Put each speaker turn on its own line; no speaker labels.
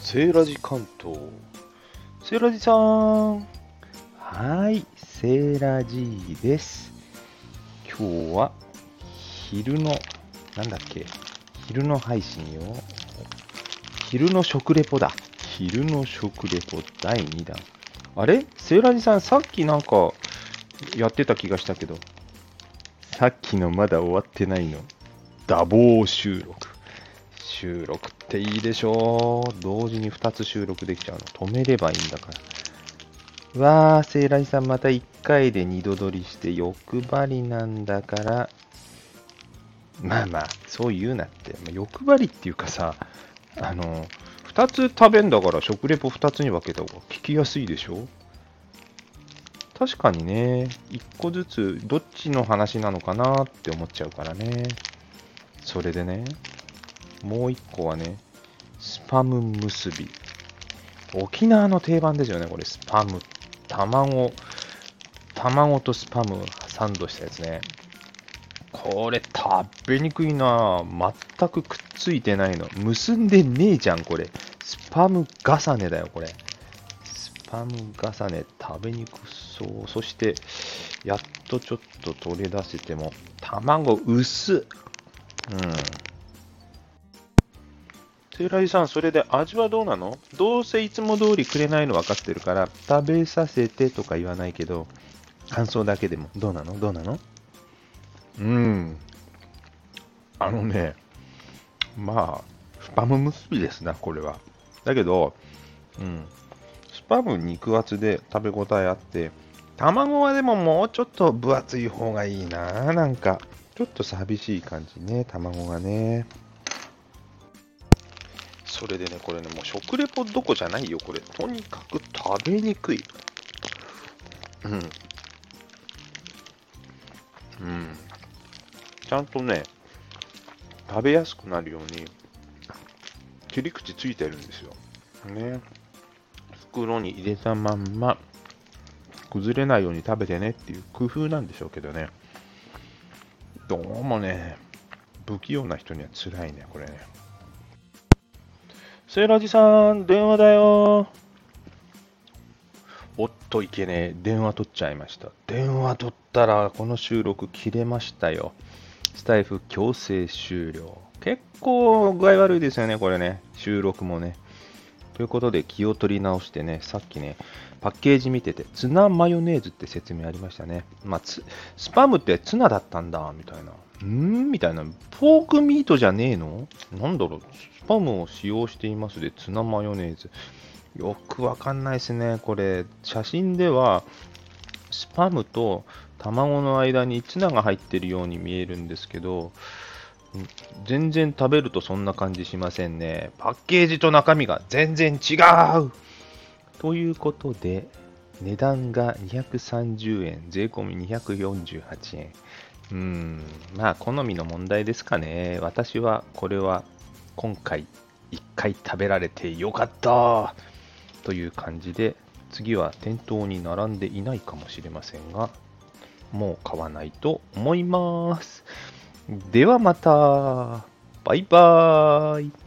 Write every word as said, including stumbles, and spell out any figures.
セーラジ関東。セーラジさん。はーい、セーラジーです。今日は昼の、なんだっけ、昼の配信よ。昼の食レポだ。昼の食レポだいにだん。あれセーラジさん、さっきなんかやってた気がしたけど、さっきのまだ終わってないの。打棒収録。収録っていいでしょう。同時にふたつ収録できちゃうの。止めればいいんだから。うわー、セイラジさんまたいっかいでにど撮りして欲張りなんだから。まあまあ、そう言うなって。まあ、欲張りっていうかさ、あの、ふたつ食べんだから食レポふたつに分けた方が聞きやすいでしょ。確かにね、いっこずつどっちの話なのかなって思っちゃうからね。それでね、もういっこはね、スパム結び。沖縄の定番ですよね、これ。スパム。卵、卵とスパムサンドしたやつね。これ食べにくいな。全くくっついてないの。結んでねえじゃん、これ。スパム重ねだよ、これ。スパム重ね、食べにくそう。そして、やっとちょっと取り出せても、卵薄っ。うん。セイラジさん、それで味はどうなの？どうせいつも通りくれないの分かってるから、食べさせてとか言わないけど、感想だけでも、どうなのどうなの？うーん。あのね、まあ、スパム結びですな、これは。だけど、うん。スパム肉厚で食べ応えあって、卵はでももうちょっと分厚い方がいいな。なんか、ちょっと寂しい感じね、卵がね。それでね、これね、もう食レポどこじゃないよ、これ。とにかく食べにくい。うん。うん。ちゃんとね、食べやすくなるように、切り口ついてるんですよ。ね。袋に入れたまんま、崩れないように食べてねっていう工夫なんでしょうけどね。どうもね、不器用な人には辛いね、これね。セイラジさん、電話だよ。おっといけねえ、電話取っちゃいました。電話取ったら、この収録切れましたよ。スタイフ強制終了。結構具合悪いですよね、これね。収録もね。ということで気を取り直してね、さっきね、パッケージ見てて、ツナマヨネーズって説明ありましたね。まあ、スパムってツナだったんだ、みたいな。んーみたいな。ポークミートじゃねえの？なんだろう。スパムを使用していますで、ツナマヨネーズ。よくわかんないですね、これ。写真では、スパムと卵の間にツナが入ってるように見えるんですけど、全然食べるとそんな感じしませんね。パッケージと中身が全然違うということで、値段がにひゃくさんじゅうえん、税込みにひゃくよんじゅうはちえん。うーん、まあ好みの問題ですかね。私はこれは今回いっかい食べられてよかったという感じで、次は店頭に並んでいないかもしれませんが、もう買わないと思います。ではまた。バイバーイ。